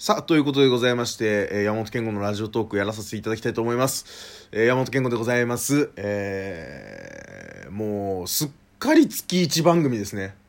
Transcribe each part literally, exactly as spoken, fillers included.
さあ、ということでございまして、えー、山本健吾のラジオトークやらさせていただきたいと思います。えー、山本健吾でございます。えー、もう、すっかり月いち番組ですね。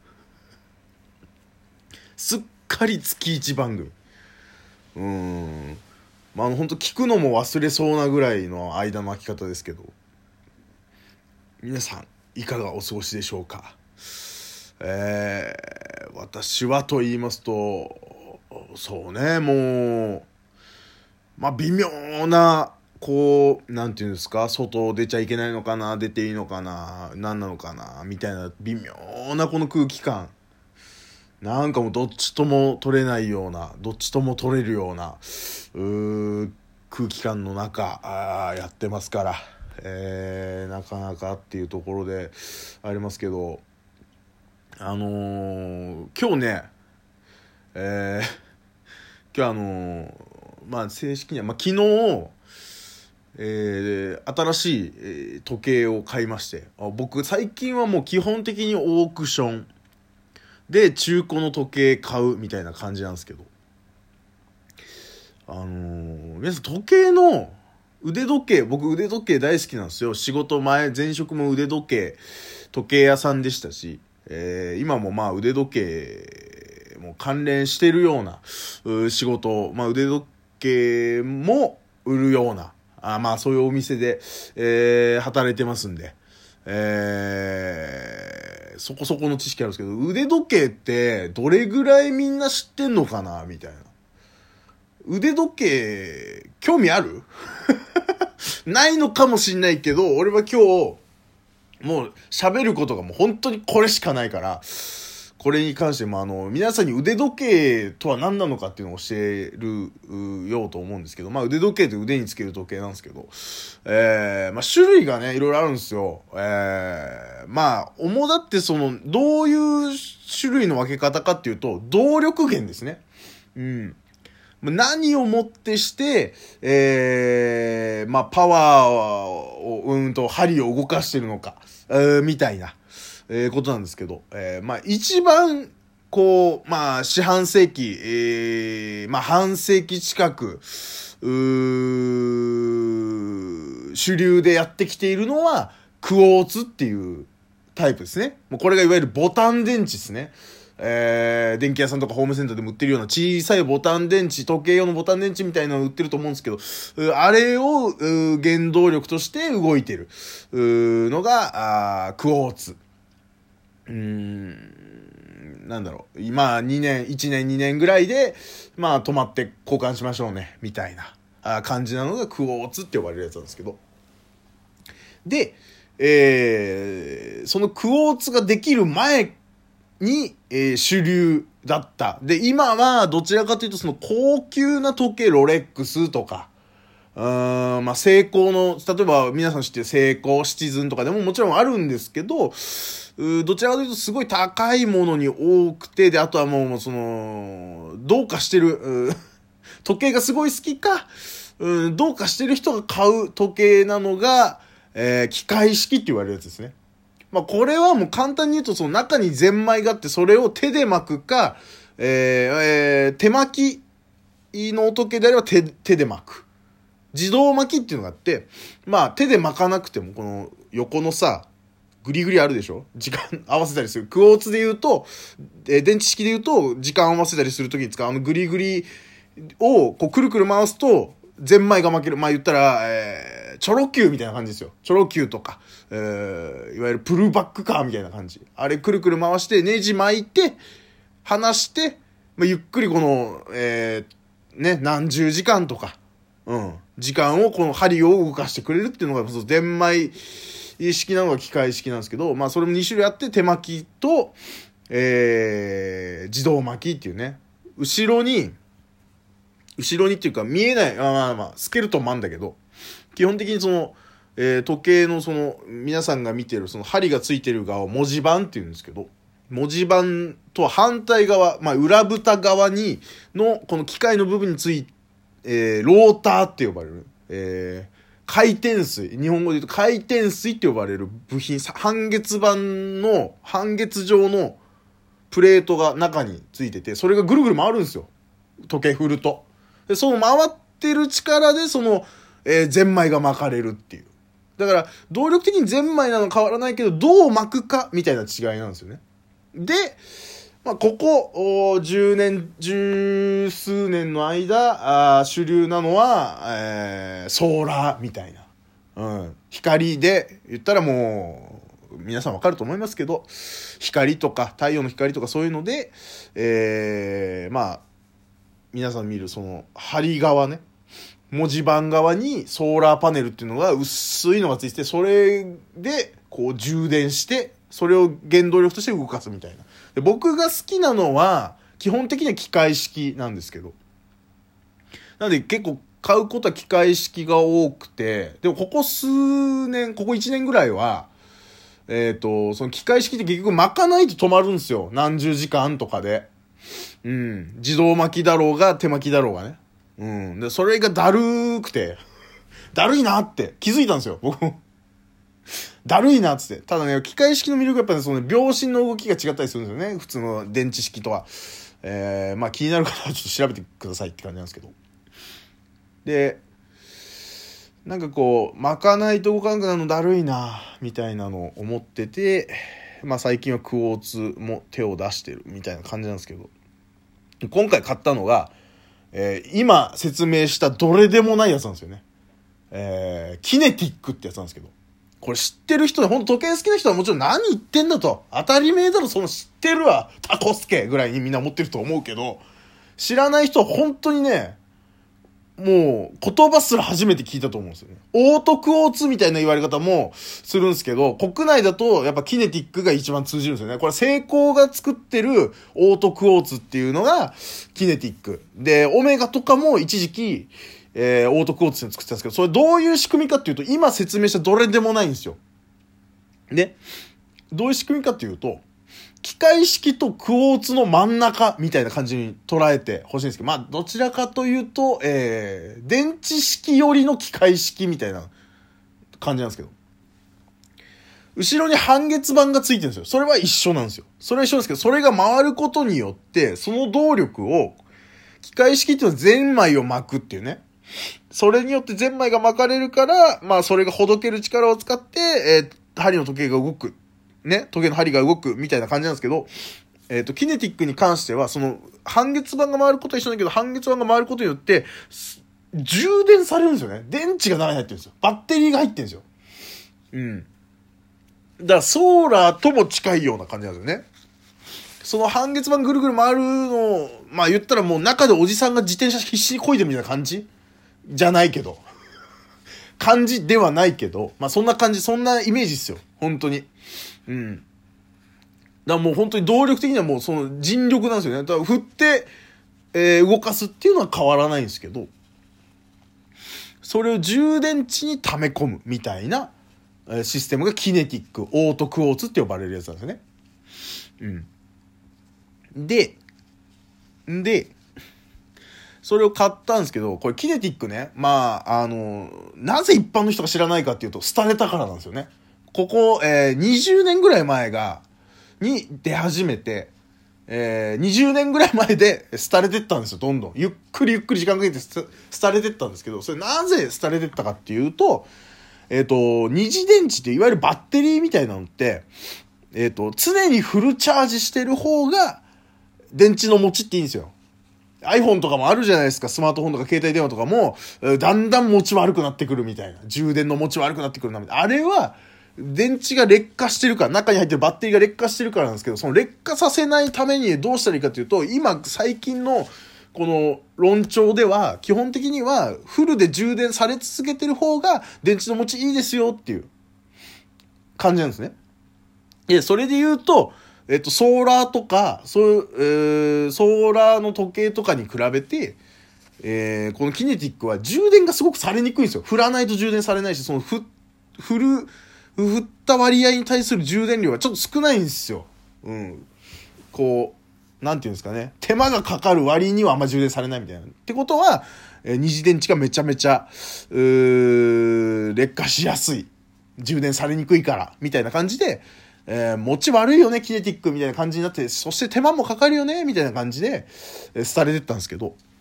すっかり月いち番組。うーん。まあ、あの、ほんと聞くのも忘れそうなぐらいの間の空き方ですけど、皆さん、いかがお過ごしでしょうか。えー、私はと言いますと、そうね、もう、まあ微妙な、こう、なんていうんですか、外出ちゃいけないのかな、出ていいのかな、何なのかな、みたいな微妙なこの空気感。なんかもうどっちとも取れないような、どっちとも取れるような、うー空気感の中、あやってますから、えー、なかなかっていうところでありますけど、あのー、今日ね、えー、今日あのー、まあ正式には、まあ昨日、えー、新しい、えー時計を買いまして、あ僕最近はもう基本的にオークションで中古の時計買うみたいな感じなんですけど、あのー、皆さん時計の腕時計、僕腕時計大好きなんですよ。仕事前、前職も腕時計、時計屋さんでしたし、えー、今もまあ腕時計も関連してるようなう仕事、まあ腕時計も売るような、あまあそういうお店で、えー、働いてますんで、えー、そこそこの知識あるんですけど、腕時計ってどれぐらいみんな知ってんのかなみたいな。腕時計、興味あるないのかもしんないけど、俺は今日、もう喋ることがもう本当にこれしかないから、これに関してもあの、皆さんに腕時計とは何なのかっていうのを教えるようと思うんですけど、まあ腕時計って腕につける時計なんですけど、えー、まあ種類がね、いろいろあるんですよ。えー、まあ、主だってその、どういう種類の分け方かっていうと、動力源ですね。うん。何をもってして、えー、まあ、パワーを、うんと、針を動かしてるのか、えー、みたいな、えー、ことなんですけど、えー、まあ、一番、こう、まあ、四半世紀、えー、まあ、半世紀近く、うー、主流でやってきているのは、クォーツっていうタイプですね。もうこれがいわゆるボタン電池ですね。えー、電気屋さんとかホームセンターでも売ってるような小さいボタン電池、時計用のボタン電池みたいなの売ってると思うんですけど、あれを原動力として動いてるのが、あクォーツ。うーん、なんだろう。今にねん、いちねん、にねんぐらいで、まあ止まって交換しましょうね、みたいな感じなのがクォーツって呼ばれるやつなんですけど。で、えー、そのクォーツができる前に、えー、主流だった。で、今はどちらかというとその高級な時計、ロレックスとか、うーん、まあ、セイコーの、例えば皆さん知ってるセイコー、シチズンとかでももちろんあるんですけど、うどちらかというとすごい高いものに多くて、で、あとはもう、その、どうかしてる、時計がすごい好きか、うん、どうかしてる人が買う時計なのが、えー、機械式って言われるやつですね。まあ、これはもう簡単に言うと、その中にゼンマイがあって、それを手で巻くか、えーえー、手巻きの時計であれば手、手で巻く。自動巻きっていうのがあって、まあ、手で巻かなくても、この横のさ、グリグリあるでしょ？時間合わせたりする。クォーツで言うと、えー、電池式で言うと、時間合わせたりするときに使うあのグリグリを、こう、くるくる回すと、ゼンマイが巻ける。まあ、言ったら、えー、チョロ Q みたいな感じですよ。チョロ Q とか、えー、いわゆるプルバックカーみたいな感じ。あれくるくる回して、ネジ巻いて、離して、まあ、ゆっくりこの、えー、ね、何十時間とか、うん、時間をこの針を動かしてくれるっていうのが、そう、ゼンマイ式なのが機械式なんですけど、まあ、それもに種類あって、手巻きと、えー、自動巻きっていうね、後ろに、後ろにっていうか見えない、まあまあまあ、スケルトンもあんだけど、基本的にその、えー、時計のその、皆さんが見てるその針がついてる側を文字盤って言うんですけど、文字盤とは反対側、まあ裏蓋側に、の、この機械の部分について、えー、ローターって呼ばれる、えー、回転水、日本語で言うと回転水って呼ばれる部品、半月板の、半月状のプレートが中についてて、それがぐるぐる回るんですよ。 時計振ると。で、その回ってる力で、その、えー、ゼンマイが巻かれるっていう。だから、動力的にゼンマイなの変わらないけど、どう巻くか、みたいな違いなんですよね。で、まあ、ここ、じゅうねん、十数年の間、あ主流なのは、えー、ソーラーみたいな。うん。光で、言ったらもう、皆さんわかると思いますけど、光とか、太陽の光とかそういうので、えー、まあ、皆さん見る、その、針側ね。文字盤側にソーラーパネルっていうのが薄いのがついてて、それで、こう充電して、それを原動力として動かすみたいな。で、僕が好きなのは、基本的には機械式なんですけど。なので結構買うことは機械式が多くて、でもここ数年、ここいちねんぐらいは、えっと、その機械式って結局巻かないと止まるんですよ。何十時間とかで。うん。自動巻きだろうが手巻きだろうがね。うん。で、それがだるーくて、だるいなって気づいたんですよ、僕も。だるいなっつって。ただね、機械式の魅力はやっぱり、ね、その秒針の動きが違ったりするんですよね。普通の電池式とは。えー、まあ気になる方はちょっと調べてくださいって感じなんですけど。で、なんかこう、巻かないと動かなくなるのだるいな、みたいなのを思ってて、まあ最近はクォーツも手を出してるみたいな感じなんですけど、今回買ったのが、えー、今説明したどれでもないやつなんですよね。えー、キネティックってやつなんですけど、これ知ってる人で、ほんと時計好きな人はもちろん何言ってんだと。当たり前だろ、その知ってるわ。タコスケぐらいにみんな思ってると思うけど、知らない人は本当にね、もう言葉すら初めて聞いたと思うんですよね。オートクォーツみたいな言われ方もするんですけど、国内だとやっぱキネティックが一番通じるんですよね。これセイコーが作ってるオートクォーツっていうのがキネティック。で、オメガとかも一時期、えー、オートクォーツって作ってたんですけど、それどういう仕組みかっていうと、今説明したどれでもないんですよ。で、どういう仕組みかっていうと、機械式とクォーツの真ん中みたいな感じに捉えてほしいんですけど、まあどちらかというと、えー、電池式よりの機械式みたいな感じなんですけど、後ろに半月板がついてるんですよ。それは一緒なんですよ。それは一緒なんですけど、それが回ることによって、その動力を、機械式っていうのはゼンマイを巻くっていうね。それによってゼンマイが巻かれるから、まあそれがほどける力を使って、えー、針の時計が動く。ね、時計の針が動くみたいな感じなんですけど、えっと、キネティックに関しては、その、半月板が回ることは一緒だけど、半月板が回ることによって、充電されるんですよね。電池が中に入ってるんですよ。バッテリーが入ってるんですよ。うん。だから、ソーラーとも近いような感じなんですよね。その半月板ぐるぐる回るのを、まあ言ったらもう中でおじさんが自転車必死に漕いでるみたいな感じじゃないけど。感じではないけど、まあそんな感じ、そんなイメージですよ。本当に。うん。だからもう本当に動力的にはもうその尽力なんですよね。だから振って、えー、動かすっていうのは変わらないんですけど、それを充電池に溜め込むみたいな、えー、システムがキネティック、オートクォーツって呼ばれるやつなんですよね。うん。で、んで、それを買ったんですけど、これキネティックね、まあ、あの、なぜ一般の人が知らないかっていうと、廃れたからなんですよね。ここ、えー、にじゅうねんぐらい前が、に出始めて、えー、にじゅうねんぐらい前で廃れてったんですよ、どんどん。ゆっくりゆっくり時間かけて廃れてったんですけど、それなぜ廃れてったかっていうと、えっと、二次電池っていわゆるバッテリーみたいなのって、えっと、常にフルチャージしてる方が、電池の持ちっていいんですよ。iPhone とかもあるじゃないですか。スマートフォンとか携帯電話とかも、だんだん持ち悪くなってくるみたいな。充電の持ち悪くなってくるなみたいな。あれは、電池が劣化してるから、中に入ってるバッテリーが劣化してるからなんですけど、その劣化させないためにどうしたらいいかというと、今、最近の、この論調では、基本的には、フルで充電され続けてる方が、電池の持ちいいですよっていう感じなんですね。で、それで言うと、えっと、ソーラーとか、そういう、えー、ソーラーの時計とかに比べて、えー、このキネティックは充電がすごくされにくいんですよ。振らないと充電されないし、その振、振る、振った割合に対する充電量がちょっと少ないんですよ。うん。こう、なんていうんですかね。手間がかかる割にはあんま充電されないみたいな。ってことは、えー、二次電池がめちゃめちゃ、うー、劣化しやすい。充電されにくいから、みたいな感じで、えー、持ち悪いよね、キネティックみたいな感じになって、そして手間もかかるよね、みたいな感じで、えー、廃れてったんですけど、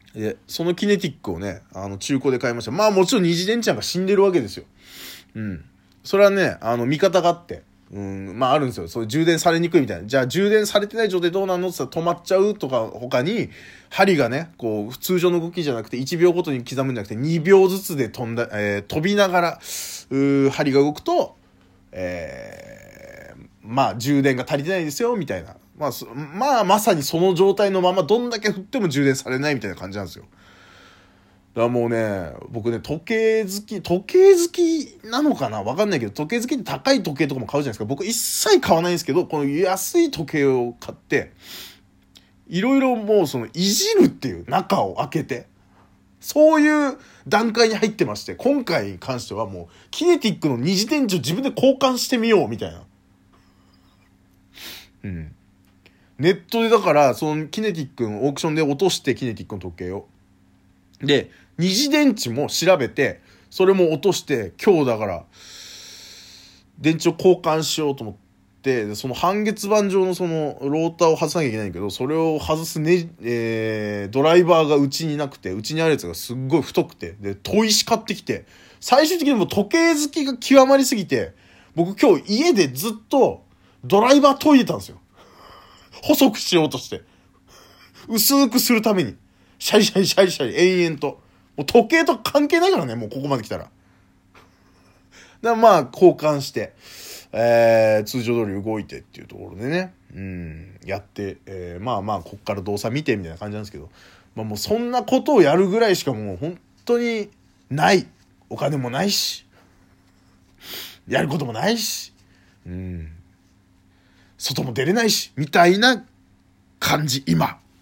で、そのキネティックをね、あの、中古で買いました。まあもちろん二次電池なんか死んでるわけですよ。うん。それはね、あの、見方があって、うん、まああるんですよ。そういう充電されにくいみたいな。じゃあ充電されてない状態どうなんのって言ったら止まっちゃうとか、他に、針がね、こう、通常の動きじゃなくていちびょうごとに刻むんじゃなくてにびょうずつで飛んだ、えー、飛びながら、うー、針が動くと、えー、まあ充電が足りてないですよ、みたいな。まあ、まあ、まさにその状態のままどんだけ振っても充電されないみたいな感じなんですよ。だからもうね、僕ね、時計好き、時計好きなのかなわかんないけど、時計好きって高い時計とかも買うじゃないですか。僕一切買わないんですけど、この安い時計を買って、いろいろもうそのいじるっていう中を開けて、そういう段階に入ってまして、今回に関してはもう、キネティックの二次電池を自分で交換してみようみたいな。うん。ネットでだから、そのキネティックのオークションで落としてキネティックの時計を。で、二次電池も調べて、それも落として、今日だから、電池を交換しようと思って、その半月板状のそのローターを外さなきゃいけないんだけど、それを外すね、えー、ドライバーがうちになくて、うちにあるやつがすっごい太くて、で、砥石買ってきて、最終的にもう時計好きが極まりすぎて、僕今日家でずっとドライバー研いでたんですよ。細くしようとして。薄くするために。シャリシャリシャリシャリ延々と。もう時計と関係ないからね、もうここまで来たら。だからまあ、交換して、えー、通常通り動いてっていうところでね、うん、やって、えー、まあまあ、こっから動作見てみたいな感じなんですけど、まあもうそんなことをやるぐらいしかもう本当にない。お金もないし、やることもないし、うん。外も出れないし、みたいな感じ、今。